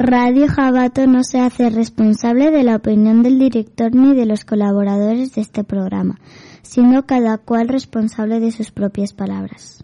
Radio Jabato no se hace responsable de la opinión del director ni de los colaboradores de este programa, siendo cada cual responsable de sus propias palabras.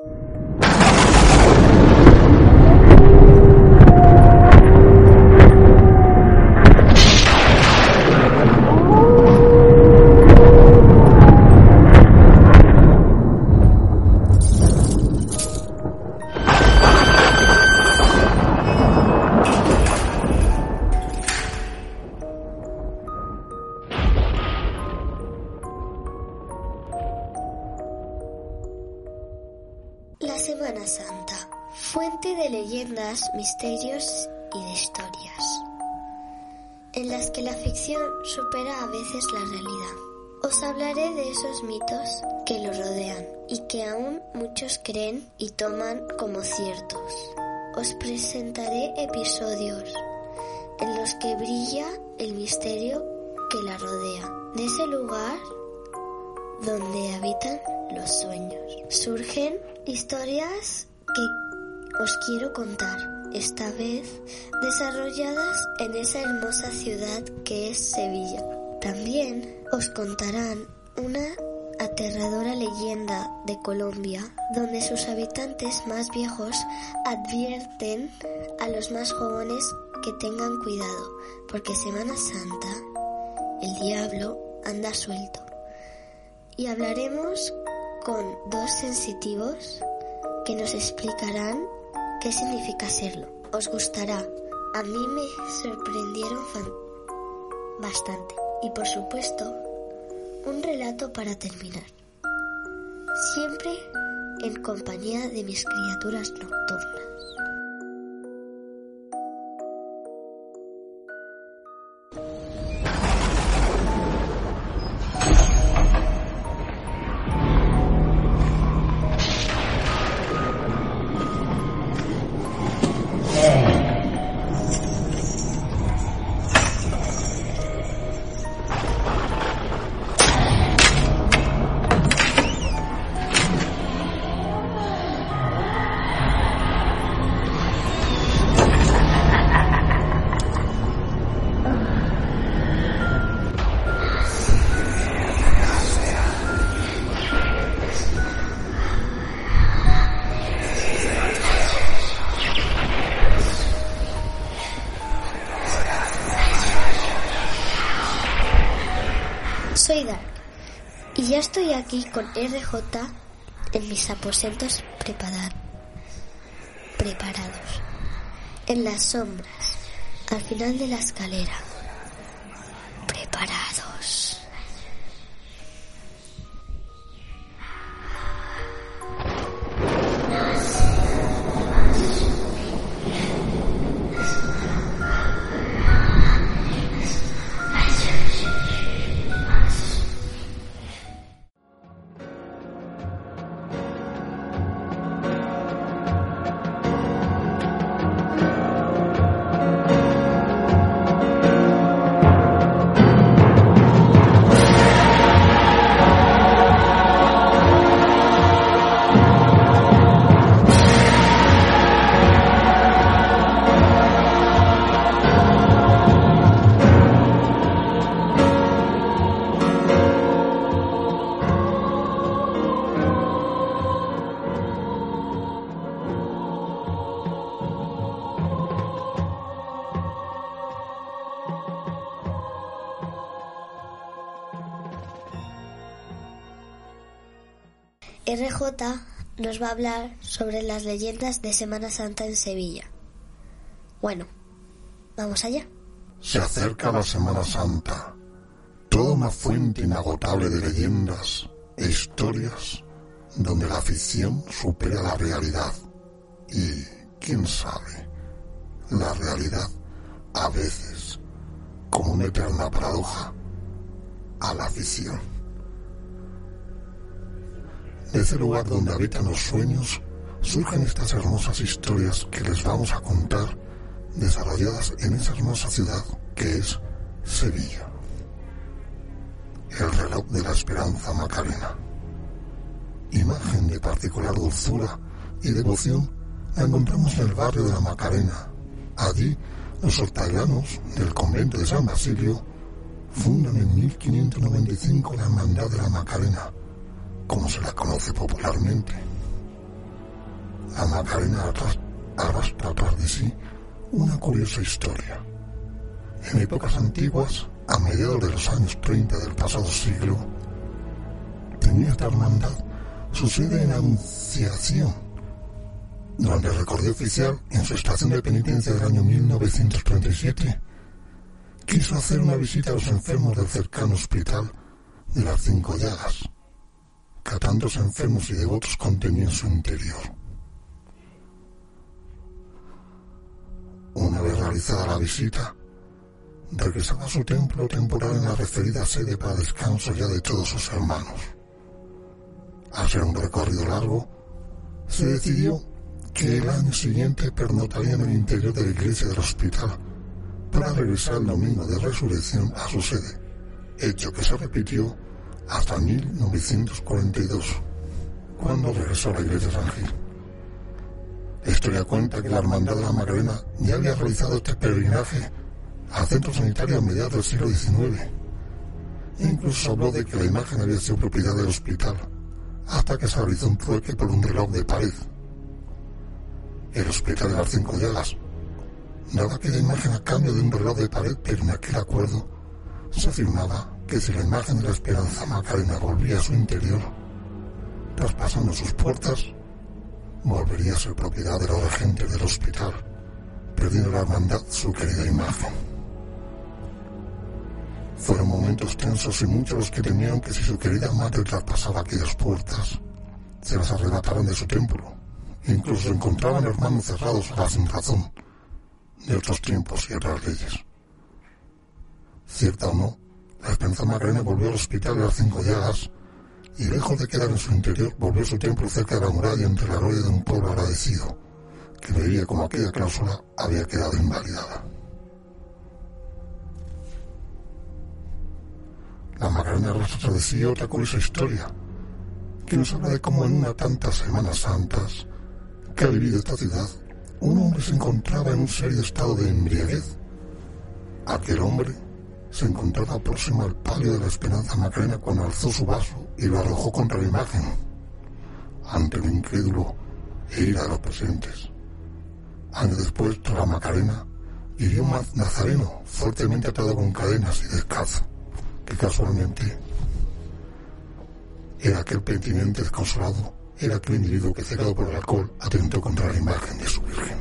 La Semana Santa, fuente de leyendas, misterios y de historias, en las que la ficción supera a veces la realidad. Os hablaré de esos mitos que lo rodean y que aún muchos creen y toman como ciertos. Os presentaré episodios en los que brilla el misterio que la rodea, de ese lugar donde habitan los sueños. Surgen historias que os quiero contar, esta vez desarrolladas en esa hermosa ciudad que es Sevilla. También os contarán una aterradora leyenda de Colombia, donde sus habitantes más viejos advierten a los más jóvenes que tengan cuidado, porque Semana Santa el diablo anda suelto. Y hablaremos con dos sensitivos que nos explicarán qué significa serlo. Os gustará. A mí me sorprendieron bastante. Y por supuesto, un relato para terminar. Siempre en compañía de mis criaturas nocturnas. Soy Dark y ya estoy aquí con RJ en mis aposentos preparados, en las sombras, al final de la escalera, preparados. RJ nos va a hablar sobre las leyendas de Semana Santa en Sevilla. Bueno, vamos allá. Se acerca la Semana Santa, toda una fuente inagotable de leyendas e historias donde la ficción supera la realidad y, quién sabe, la realidad a veces, como una eterna paradoja, a la ficción. De ese lugar donde habitan los sueños surgen estas hermosas historias que les vamos a contar, desarrolladas en esa hermosa ciudad que es Sevilla. El reloj de la esperanza Macarena. Imagen de particular dulzura y devoción la encontramos en el barrio de la Macarena. Allí los hortelanos del convento de San Basilio fundan en 1595 la Hermandad de la Macarena, como se la conoce popularmente. La Macarena arrastra tras de sí una curiosa historia. En épocas antiguas, a mediados de los años 30 del pasado siglo, tenía esta hermandad su sede en Anunciación. Durante el recorrido oficial, en su estación de penitencia del año 1937, quiso hacer una visita a los enfermos del cercano hospital de las Cinco Llagas, que a tantos enfermos y devotos contenía en su interior. Una vez realizada la visita, regresaba a su templo temporal en la referida sede para descanso ya de todos sus hermanos. Al ser un recorrido largo, se decidió que el año siguiente pernotaría en el interior de la iglesia del hospital para regresar el domingo de resurrección a su sede, hecho que se repitió hasta 1942, cuando regresó a la iglesia de San Gil. La historia cuenta que la Hermandad de la Macarena ya había realizado este peregrinaje al centro sanitario a mediados del siglo XIX. Incluso habló de que la imagen había sido propiedad del hospital, hasta que se realizó un trueque por un reloj de pared. El hospital de las Cinco Llagas daba aquella imagen a cambio de un reloj de pared, pero en aquel acuerdo se afirmaba que si la imagen de la Esperanza Macarena volvía a su interior, traspasando sus puertas, volvería a ser propiedad de los regentes del hospital, perdiendo la hermandad su querida imagen. Fueron momentos tensos y muchos los que temieron que si su querida madre traspasaba aquellas puertas, se las arrebataran de su templo. Incluso encontraban hermanos cerrados a la sinrazón de otros tiempos y otras leyes. Cierta o no, la Esperanza Macarena volvió al hospital de las Cinco Llagas y, lejos de quedar en su interior, volvió a su templo cerca de la muralla entre la gloria de un pueblo agradecido, que veía como aquella cláusula había quedado invalidada. La Macarena arrastra de sí otra curiosa historia, que nos habla de cómo en una tantas Semanas Santas que ha vivido esta ciudad, un hombre se encontraba en un serio estado de embriaguez. Aquel hombre se encontraba próximo al palio de la Esperanza Macarena cuando alzó su vaso y lo arrojó contra la imagen, ante el incrédulo e ira de los presentes. Años después, tras la Macarena, hirió un nazareno fuertemente atado con cadenas y descalzo, que casualmente era aquel penitente desconsolado. Era aquel individuo que, cegado por el alcohol, atentó contra la imagen de su Virgen.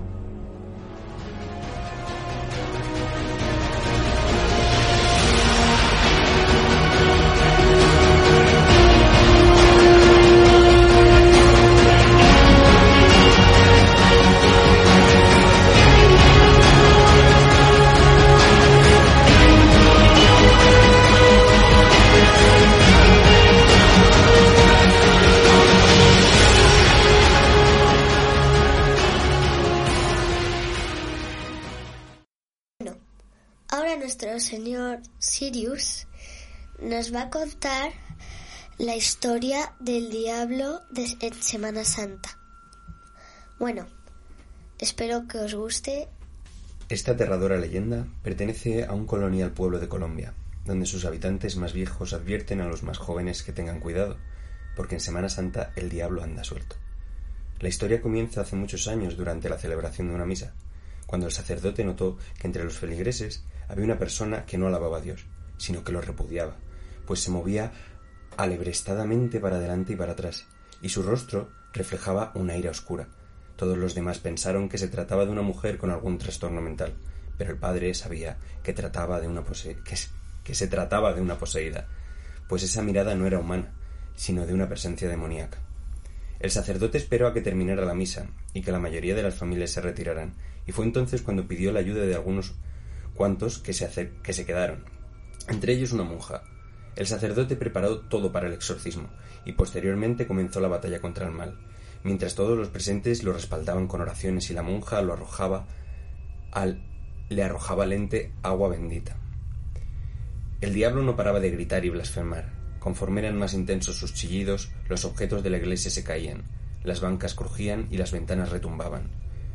Nuestro señor Sirius nos va a contar la historia del diablo en Semana Santa. Bueno, espero que os guste. Esta aterradora leyenda pertenece a un colonial pueblo de Colombia, donde sus habitantes más viejos advierten a los más jóvenes que tengan cuidado, porque en Semana Santa el diablo anda suelto. La historia comienza hace muchos años durante la celebración de una misa, cuando el sacerdote notó que entre los feligreses había una persona que no alababa a Dios, sino que lo repudiaba, pues se movía alebrestadamente para adelante y para atrás, y su rostro reflejaba una ira oscura. Todos los demás pensaron que se trataba de una mujer con algún trastorno mental, pero el padre sabía que se trataba de una poseída, pues esa mirada no era humana, sino de una presencia demoníaca. El sacerdote esperó a que terminara la misa y que la mayoría de las familias se retiraran, y fue entonces cuando pidió la ayuda de algunos cuantos que se quedaron, entre ellos una monja. El sacerdote preparó todo para el exorcismo, y posteriormente comenzó la batalla contra el mal, mientras todos los presentes lo respaldaban con oraciones y la monja le arrojaba al ente agua bendita. El diablo no paraba de gritar y blasfemar. Conforme eran más intensos sus chillidos, los objetos de la iglesia se caían, las bancas crujían y las ventanas retumbaban.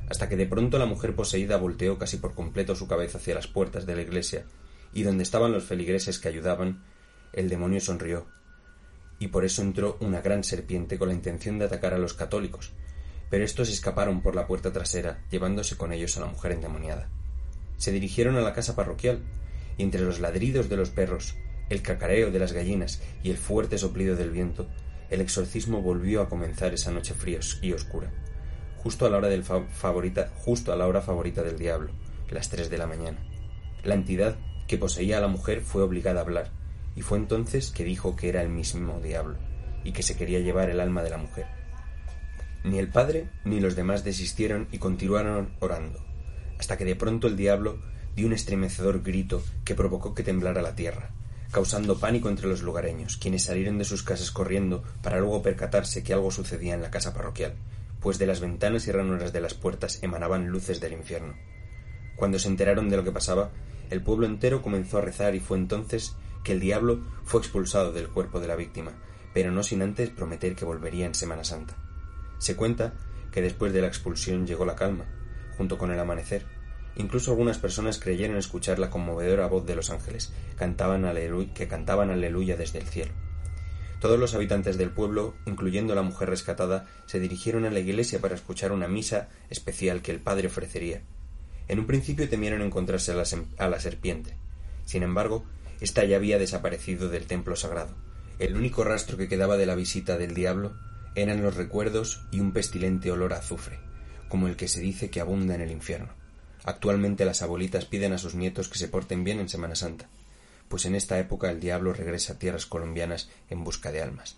hasta que de pronto la mujer poseída volteó casi por completo su cabeza hacia las puertas de la iglesia, y donde estaban los feligreses que ayudaban, el demonio sonrió, y por eso entró una gran serpiente con la intención de atacar a los católicos, pero estos escaparon por la puerta trasera, llevándose con ellos a la mujer endemoniada. Se dirigieron a la casa parroquial, y entre los ladridos de los perros, el cacareo de las gallinas y el fuerte soplido del viento, el exorcismo volvió a comenzar esa noche fría y oscura, justo a la hora favorita del diablo, las 3 de la mañana. La entidad que poseía a la mujer fue obligada a hablar, y fue entonces que dijo que era el mismo diablo, y que se quería llevar el alma de la mujer. Ni el padre ni los demás desistieron y continuaron orando, hasta que de pronto el diablo dio un estremecedor grito que provocó que temblara la tierra, causando pánico entre los lugareños, quienes salieron de sus casas corriendo para luego percatarse que algo sucedía en la casa parroquial, pues de las ventanas y ranuras de las puertas emanaban luces del infierno. Cuando se enteraron de lo que pasaba, el pueblo entero comenzó a rezar, y fue entonces que el diablo fue expulsado del cuerpo de la víctima, pero no sin antes prometer que volvería en Semana Santa. Se cuenta que después de la expulsión llegó la calma, junto con el amanecer. Incluso algunas personas creyeron escuchar la conmovedora voz de los ángeles, que cantaban aleluya desde el cielo. Todos los habitantes del pueblo, incluyendo la mujer rescatada, se dirigieron a la iglesia para escuchar una misa especial que el padre ofrecería. En un principio temieron encontrarse a la serpiente. Sin embargo, ésta ya había desaparecido del templo sagrado. El único rastro que quedaba de la visita del diablo eran los recuerdos y un pestilente olor a azufre, como el que se dice que abunda en el infierno. Actualmente las abuelitas piden a sus nietos que se porten bien en Semana Santa, pues en esta época el diablo regresa a tierras colombianas en busca de almas.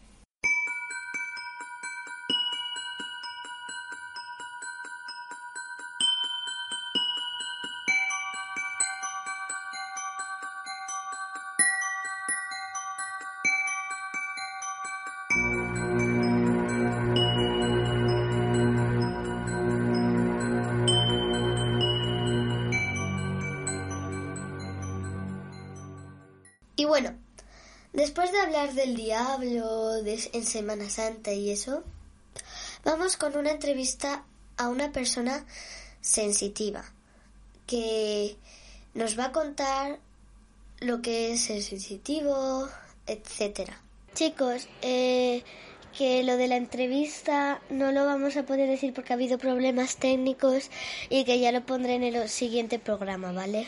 Y bueno, después de hablar del diablo en Semana Santa y eso, vamos con una entrevista a una persona sensitiva que nos va a contar lo que es ser sensitivo, etcétera. Chicos, que lo de la entrevista no lo vamos a poder decir porque ha habido problemas técnicos y que ya lo pondré en el siguiente programa, ¿vale?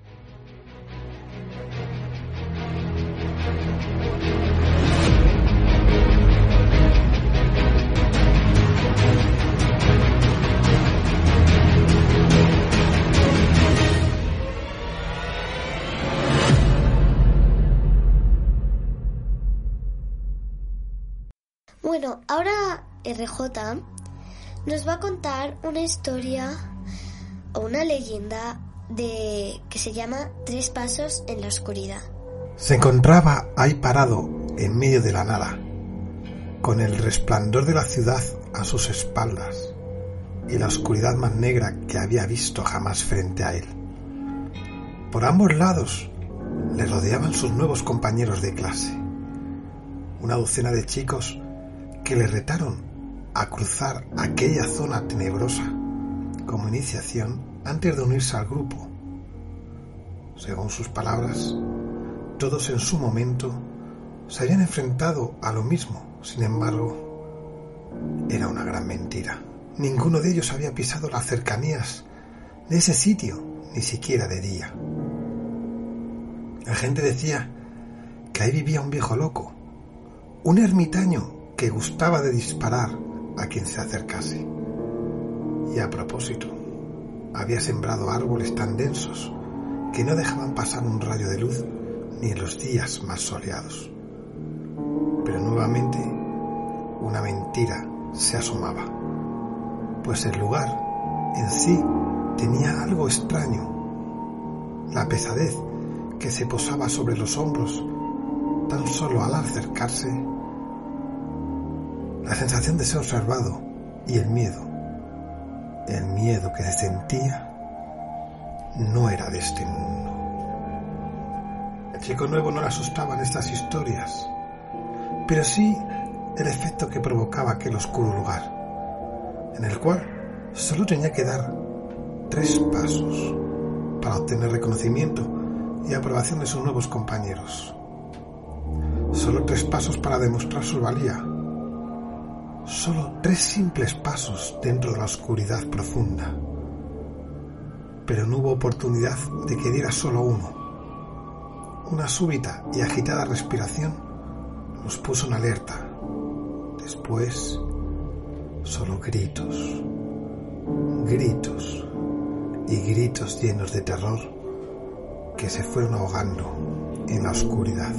Bueno, ahora RJ nos va a contar una historia o una leyenda que se llama 3 pasos en la oscuridad. Se encontraba ahí parado en medio de la nada, con el resplandor de la ciudad a sus espaldas y la oscuridad más negra que había visto jamás frente a él. Por ambos lados le rodeaban sus nuevos compañeros de clase, una docena de chicos que le retaron a cruzar aquella zona tenebrosa como iniciación antes de unirse al grupo. Según sus palabras, todos en su momento se habían enfrentado a lo mismo. Sin embargo, era una gran mentira. Ninguno de ellos había pisado las cercanías de ese sitio, ni siquiera de día. La gente decía que ahí vivía un viejo loco, un ermitaño que gustaba de disparar a quien se acercase. Y a propósito, había sembrado árboles tan densos que no dejaban pasar un rayo de luz ni en los días más soleados. Pero nuevamente una mentira se asomaba, pues el lugar en sí tenía algo extraño. La pesadez que se posaba sobre los hombros tan solo al acercarse, la sensación de ser observado y el miedo que se sentía no era de este mundo. El chico nuevo no le asustaban estas historias, pero sí el efecto que provocaba aquel oscuro lugar, en el cual Solo tenía que dar 3 pasos para obtener reconocimiento y aprobación de sus nuevos compañeros. Solo 3 pasos para demostrar su valía. Solo 3 simples pasos dentro de la oscuridad profunda. Pero no hubo oportunidad de que diera solo uno. Una súbita y agitada respiración nos puso en alerta. Después, solo gritos, gritos y gritos llenos de terror que se fueron ahogando en la oscuridad.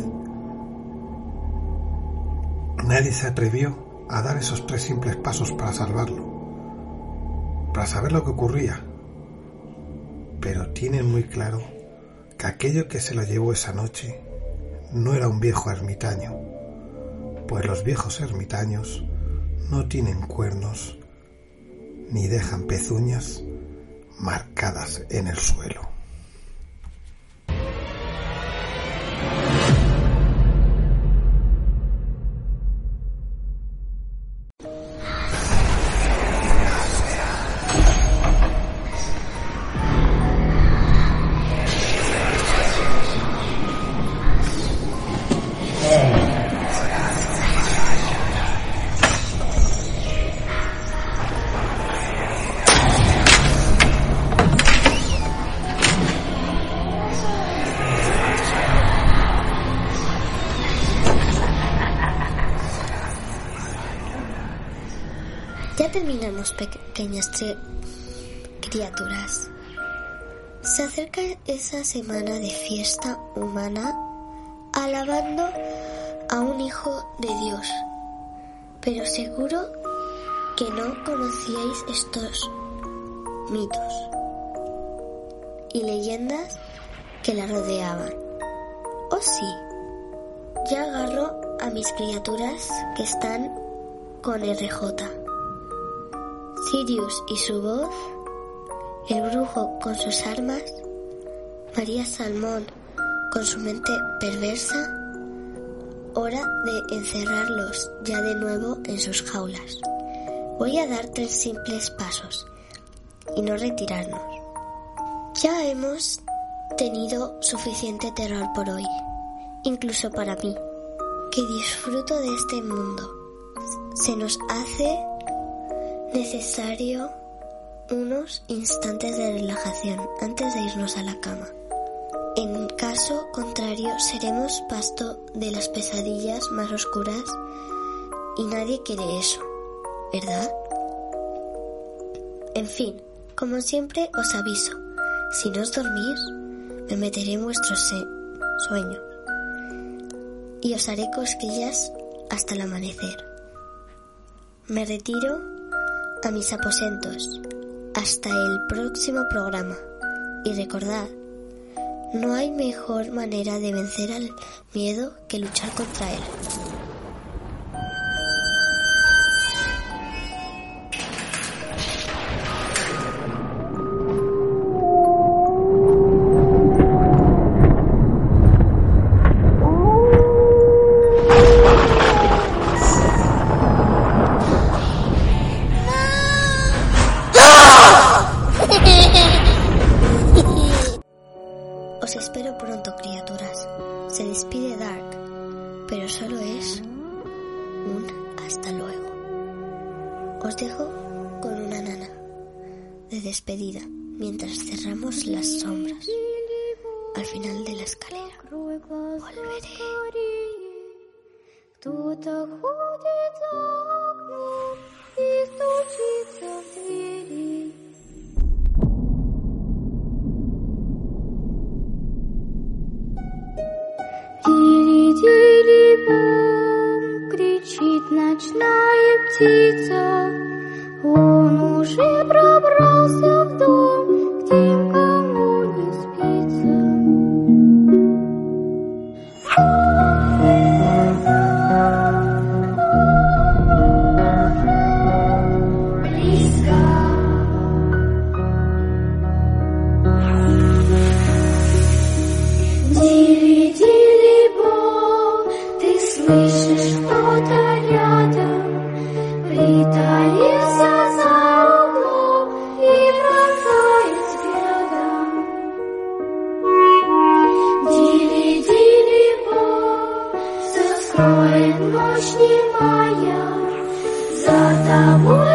Nadie se atrevió a dar esos 3 simples pasos para salvarlo, para saber lo que ocurría, pero tienen muy claro que aquello que se lo llevó esa noche no era un viejo ermitaño, pues los viejos ermitaños no tienen cuernos ni dejan pezuñas marcadas en el suelo. Ya terminamos, pequeñas criaturas. Se acerca esa semana de fiesta humana alabando a un hijo de Dios. Pero seguro que no conocíais estos mitos y leyendas que la rodeaban. ¿O sí? Ya agarro a mis criaturas que están con RJ. Sirius y su voz, el brujo con sus armas, María Salmón con su mente perversa. Hora de encerrarlos ya de nuevo en sus jaulas. Voy a dar 3 simples pasos y no retirarnos. Ya hemos tenido suficiente terror por hoy, incluso para mí, que disfruto de este mundo. Se nos hace necesario unos instantes de relajación antes de irnos a la cama. En caso contrario, seremos pasto de las pesadillas más oscuras y nadie quiere eso, ¿verdad? En fin, como siempre os aviso, si no os dormís, me meteré en vuestro sueño y os haré cosquillas hasta el amanecer. Me retiro a mis aposentos. Hasta el próximo programa. Y recordad, no hay mejor manera de vencer al miedo que luchar contra él. Os espero pronto, criaturas. Se despide Dark, pero solo es un hasta luego. Os dejo con una nana de despedida mientras cerramos las sombras al final de la escalera. Volveré. Дили-дили-бом, кричит ночная птица. Он уже пробрался в дом, где никому не спится. Близко. Дили-дили-бом, ты слышишь, кто-то рядом притаился за углом. скроет ночь немая, за тобой